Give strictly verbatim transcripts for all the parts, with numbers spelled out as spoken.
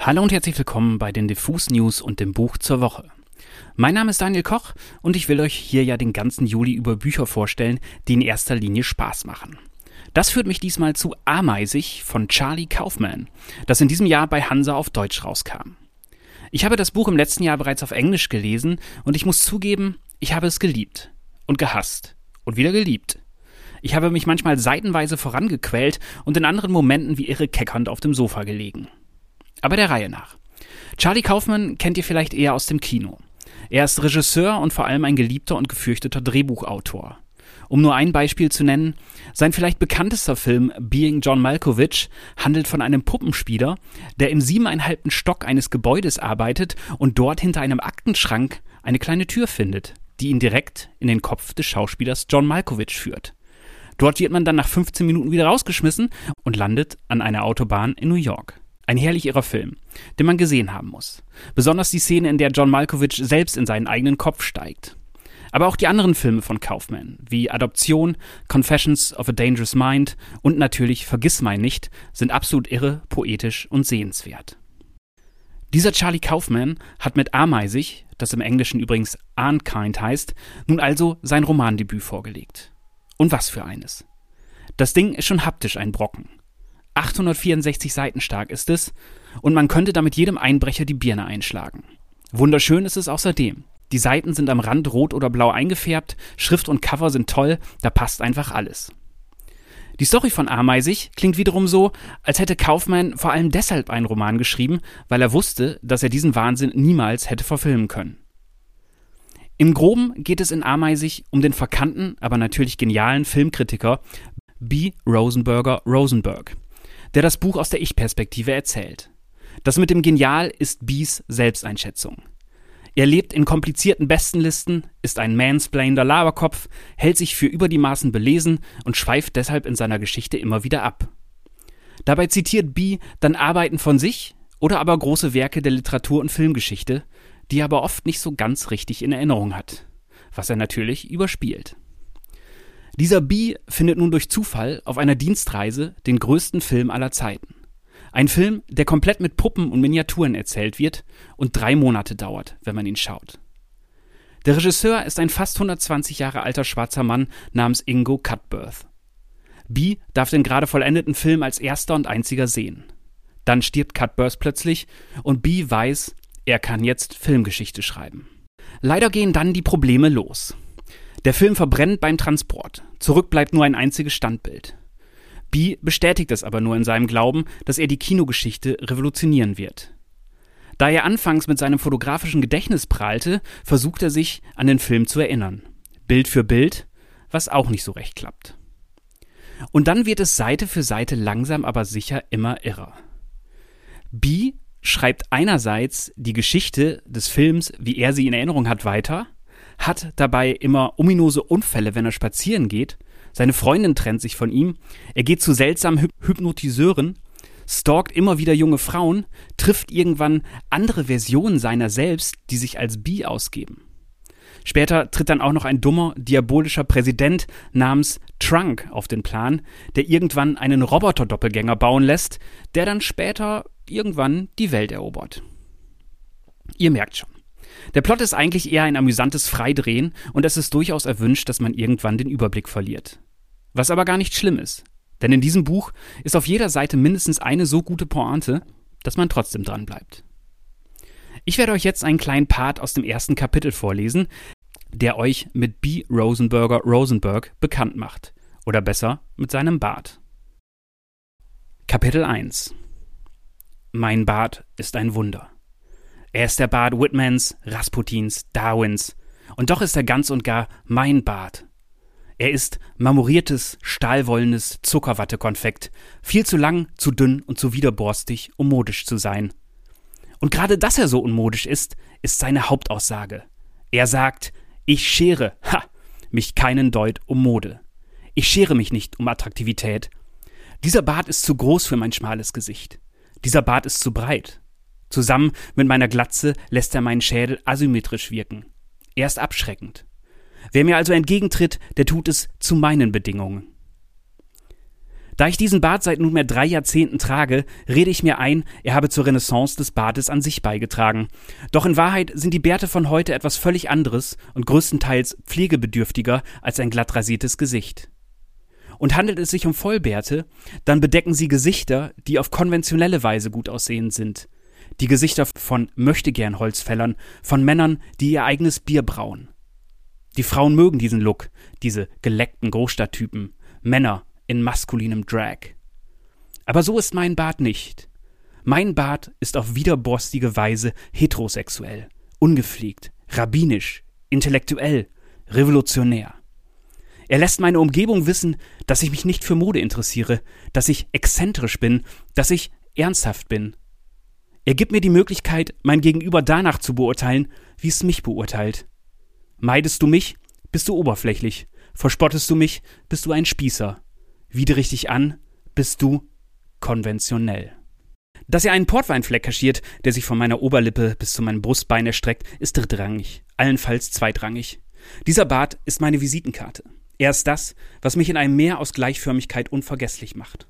Hallo und herzlich willkommen bei den Diffus News und dem Buch zur Woche. Mein Name ist Daniel Koch und ich will euch hier ja den ganzen Juli über Bücher vorstellen, die in erster Linie Spaß machen. Das führt mich diesmal zu Ameisig von Charlie Kaufman, das in diesem Jahr bei Hansa auf Deutsch rauskam. Ich habe das Buch im letzten Jahr bereits auf Englisch gelesen und ich muss zugeben, ich habe es geliebt und gehasst und wieder geliebt. Ich habe mich manchmal seitenweise vorangequält und in anderen Momenten wie irre keckernd auf dem Sofa gelegen. Aber der Reihe nach. Charlie Kaufman kennt ihr vielleicht eher aus dem Kino. Er ist Regisseur und vor allem ein geliebter und gefürchteter Drehbuchautor. Um nur ein Beispiel zu nennen, sein vielleicht bekanntester Film Being John Malkovich handelt von einem Puppenspieler, der im siebeneinhalbten Stock eines Gebäudes arbeitet und dort hinter einem Aktenschrank eine kleine Tür findet, die ihn direkt in den Kopf des Schauspielers John Malkovich führt. Dort wird man dann nach fünfzehn Minuten wieder rausgeschmissen und landet an einer Autobahn in New York. Ein herrlich irrer Film, den man gesehen haben muss. Besonders die Szene, in der John Malkovich selbst in seinen eigenen Kopf steigt. Aber auch die anderen Filme von Kaufman, wie Adoption, Confessions of a Dangerous Mind und natürlich Vergissmeinnicht, sind absolut irre, poetisch und sehenswert. Dieser Charlie Kaufman hat mit Ameisig, das im Englischen übrigens Unkind heißt, nun also sein Romandebüt vorgelegt. Und was für eines. Das Ding ist schon haptisch ein Brocken. achthundertvierundsechzig Seiten stark ist es und man könnte damit jedem Einbrecher die Birne einschlagen. Wunderschön ist es außerdem. Die Seiten sind am Rand rot oder blau eingefärbt, Schrift und Cover sind toll, da passt einfach alles. Die Story von Ameisig klingt wiederum so, als hätte Kaufman vor allem deshalb einen Roman geschrieben, weil er wusste, dass er diesen Wahnsinn niemals hätte verfilmen können. Im Groben geht es in Ameisig um den verkannten, aber natürlich genialen Filmkritiker B. Rosenberger Rosenberg, der das Buch aus der Ich-Perspektive erzählt. Das mit dem Genial ist Bs Selbsteinschätzung. Er lebt in komplizierten Bestenlisten, ist ein mansplainender Laberkopf, hält sich für über die Maßen belesen und schweift deshalb in seiner Geschichte immer wieder ab. Dabei zitiert B dann Arbeiten von sich oder aber große Werke der Literatur- und Filmgeschichte, die er aber oft nicht so ganz richtig in Erinnerung hat, was er natürlich überspielt. Dieser B findet nun durch Zufall auf einer Dienstreise den größten Film aller Zeiten. Ein Film, der komplett mit Puppen und Miniaturen erzählt wird und drei Monate dauert, wenn man ihn schaut. Der Regisseur ist ein fast hundertzwanzig Jahre alter schwarzer Mann namens Ingo Cudworth. B darf den gerade vollendeten Film als erster und einziger sehen. Dann stirbt Cudworth plötzlich und B weiß, er kann jetzt Filmgeschichte schreiben. Leider gehen dann die Probleme los. Der Film verbrennt beim Transport. Zurück bleibt nur ein einziges Standbild. B bestätigt es aber nur in seinem Glauben, dass er die Kinogeschichte revolutionieren wird. Da er anfangs mit seinem fotografischen Gedächtnis prahlte, versucht er sich an den Film zu erinnern. Bild für Bild, was auch nicht so recht klappt. Und dann wird es Seite für Seite langsam aber sicher immer irrer. B schreibt einerseits die Geschichte des Films, wie er sie in Erinnerung hat, weiter, hat dabei immer ominöse Unfälle, wenn er spazieren geht, seine Freundin trennt sich von ihm, er geht zu seltsamen Hy- Hypnotiseuren, stalkt immer wieder junge Frauen, trifft irgendwann andere Versionen seiner selbst, die sich als B ausgeben. Später tritt dann auch noch ein dummer, diabolischer Präsident namens Trunk auf den Plan, der irgendwann einen Roboter-Doppelgänger bauen lässt, der dann später irgendwann die Welt erobert. Ihr merkt schon. Der Plot ist eigentlich eher ein amüsantes Freidrehen und es ist durchaus erwünscht, dass man irgendwann den Überblick verliert. Was aber gar nicht schlimm ist, denn in diesem Buch ist auf jeder Seite mindestens eine so gute Pointe, dass man trotzdem dran bleibt. Ich werde euch jetzt einen kleinen Part aus dem ersten Kapitel vorlesen, der euch mit B. Rosenberger Rosenberg bekannt macht. Oder besser, mit seinem Bart. Kapitel eins. Mein Bart ist ein Wunder. Er ist der Bart Whitmans, Rasputins, Darwins. Und doch ist er ganz und gar mein Bart. Er ist marmoriertes, stahlwollenes Zuckerwattekonfekt. Viel zu lang, zu dünn und zu widerborstig, um modisch zu sein. Und gerade dass er so unmodisch ist, ist seine Hauptaussage. Er sagt, ich schere, ha, mich keinen Deut um Mode. Ich schere mich nicht um Attraktivität. Dieser Bart ist zu groß für mein schmales Gesicht. Dieser Bart ist zu breit. Zusammen mit meiner Glatze lässt er meinen Schädel asymmetrisch wirken. Er ist abschreckend. Wer mir also entgegentritt, der tut es zu meinen Bedingungen. Da ich diesen Bart seit nunmehr drei Jahrzehnten trage, rede ich mir ein, er habe zur Renaissance des Bartes an sich beigetragen. Doch in Wahrheit sind die Bärte von heute etwas völlig anderes und größtenteils pflegebedürftiger als ein glatt rasiertes Gesicht. Und handelt es sich um Vollbärte, dann bedecken sie Gesichter, die auf konventionelle Weise gut aussehend sind. Die Gesichter von Möchtegern-Holzfällern, von Männern, die ihr eigenes Bier brauen. Die Frauen mögen diesen Look, diese geleckten Großstadttypen, Männer in maskulinem Drag. Aber so ist mein Bart nicht. Mein Bart ist auf widerborstige Weise heterosexuell, ungepflegt, rabbinisch, intellektuell, revolutionär. Er lässt meine Umgebung wissen, dass ich mich nicht für Mode interessiere, dass ich exzentrisch bin, dass ich ernsthaft bin. Er gibt mir die Möglichkeit, mein Gegenüber danach zu beurteilen, wie es mich beurteilt. Meidest du mich, bist du oberflächlich. Verspottest du mich, bist du ein Spießer. Widere ich dich an, bist du konventionell. Dass er einen Portweinfleck kaschiert, der sich von meiner Oberlippe bis zu meinem Brustbein erstreckt, ist drittrangig, allenfalls zweitrangig. Dieser Bart ist meine Visitenkarte. Er ist das, was mich in einem Meer aus Gleichförmigkeit unvergesslich macht.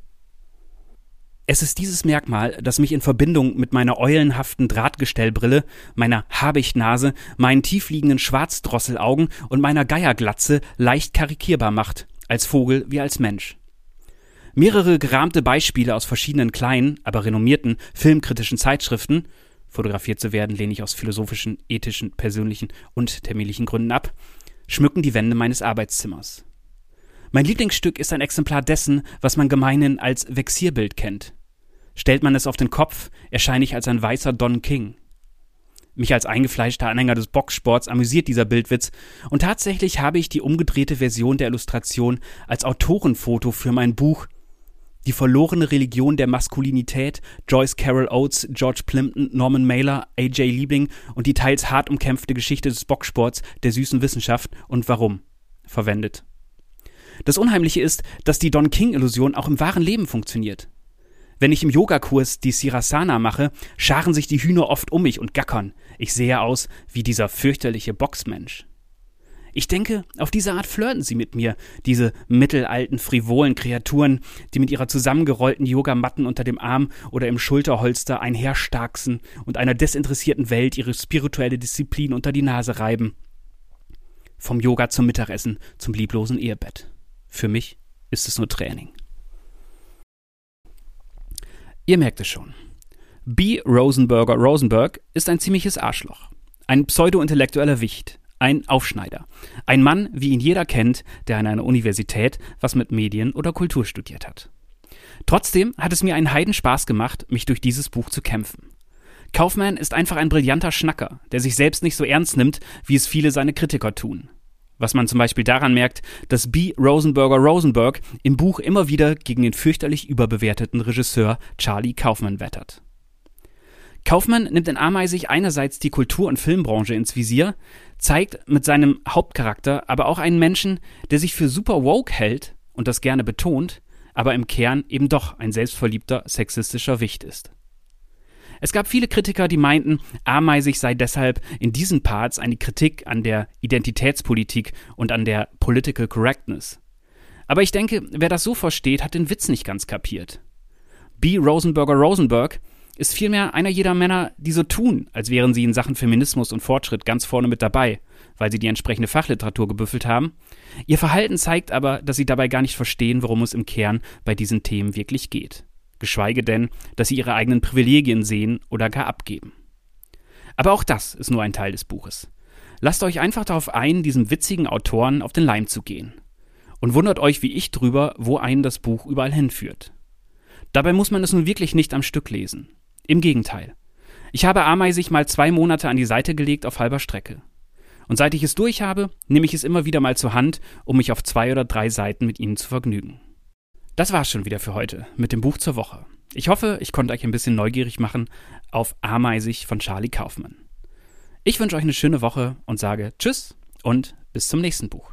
Es ist dieses Merkmal, das mich in Verbindung mit meiner eulenhaften Drahtgestellbrille, meiner Habichtsnase, meinen tiefliegenden Schwarzdrosselaugen und meiner Geierglatze leicht karikierbar macht, als Vogel wie als Mensch. Mehrere gerahmte Beispiele aus verschiedenen kleinen, aber renommierten filmkritischen Zeitschriften, fotografiert zu werden lehne ich aus philosophischen, ethischen, persönlichen und terminlichen Gründen ab, schmücken die Wände meines Arbeitszimmers. Mein Lieblingsstück ist ein Exemplar dessen, was man gemeinhin als Vexierbild kennt. Stellt man es auf den Kopf, erscheine ich als ein weißer Don King. Mich als eingefleischter Anhänger des Boxsports amüsiert dieser Bildwitz und tatsächlich habe ich die umgedrehte Version der Illustration als Autorenfoto für mein Buch Die verlorene Religion der Maskulinität, Joyce Carol Oates, George Plimpton, Norman Mailer, A J Liebling und die teils hart umkämpfte Geschichte des Boxsports, der süßen Wissenschaft und warum verwendet. Das Unheimliche ist, dass die Don King-Illusion auch im wahren Leben funktioniert. Wenn ich im Yogakurs die Sirasana mache, scharen sich die Hühner oft um mich und gackern. Ich sehe aus wie dieser fürchterliche Boxmensch. Ich denke, auf diese Art flirten sie mit mir, diese mittelalten, frivolen Kreaturen, die mit ihrer zusammengerollten Yogamatten unter dem Arm oder im Schulterholster einherstarksen und einer desinteressierten Welt ihre spirituelle Disziplin unter die Nase reiben. Vom Yoga zum Mittagessen, zum lieblosen Ehebett. Für mich ist es nur Training. Ihr merkt es schon. B. Rosenberger Rosenberg ist ein ziemliches Arschloch. Ein pseudo-intellektueller Wicht. Ein Aufschneider. Ein Mann, wie ihn jeder kennt, der an einer Universität was mit Medien oder Kultur studiert hat. Trotzdem hat es mir einen Heidenspaß gemacht, mich durch dieses Buch zu kämpfen. Kaufman ist einfach ein brillanter Schnacker, der sich selbst nicht so ernst nimmt, wie es viele seine Kritiker tun. Was man zum Beispiel daran merkt, dass B. Rosenberger Rosenberg im Buch immer wieder gegen den fürchterlich überbewerteten Regisseur Charlie Kaufman wettert. Kaufman nimmt in Ameisig einerseits die Kultur- und Filmbranche ins Visier, zeigt mit seinem Hauptcharakter aber auch einen Menschen, der sich für super woke hält und das gerne betont, aber im Kern eben doch ein selbstverliebter, sexistischer Wicht ist. Es gab viele Kritiker, die meinten, Ameisig sei deshalb in diesen Parts eine Kritik an der Identitätspolitik und an der Political Correctness. Aber ich denke, wer das so versteht, hat den Witz nicht ganz kapiert. B. Rosenberger Rosenberg ist vielmehr einer jeder Männer, die so tun, als wären sie in Sachen Feminismus und Fortschritt ganz vorne mit dabei, weil sie die entsprechende Fachliteratur gebüffelt haben. Ihr Verhalten zeigt aber, dass sie dabei gar nicht verstehen, worum es im Kern bei diesen Themen wirklich geht. Geschweige denn, dass sie ihre eigenen Privilegien sehen oder gar abgeben. Aber auch das ist nur ein Teil des Buches. Lasst euch einfach darauf ein, diesem witzigen Autoren auf den Leim zu gehen. Und wundert euch wie ich drüber, wo einen das Buch überall hinführt. Dabei muss man es nun wirklich nicht am Stück lesen. Im Gegenteil. Ich habe Ameisig mal zwei Monate an die Seite gelegt auf halber Strecke. Und seit ich es durch habe, nehme ich es immer wieder mal zur Hand, um mich auf zwei oder drei Seiten mit ihnen zu vergnügen. Das war's schon wieder für heute mit dem Buch zur Woche. Ich hoffe, ich konnte euch ein bisschen neugierig machen auf Ameisig von Charlie Kaufman. Ich wünsche euch eine schöne Woche und sage Tschüss und bis zum nächsten Buch.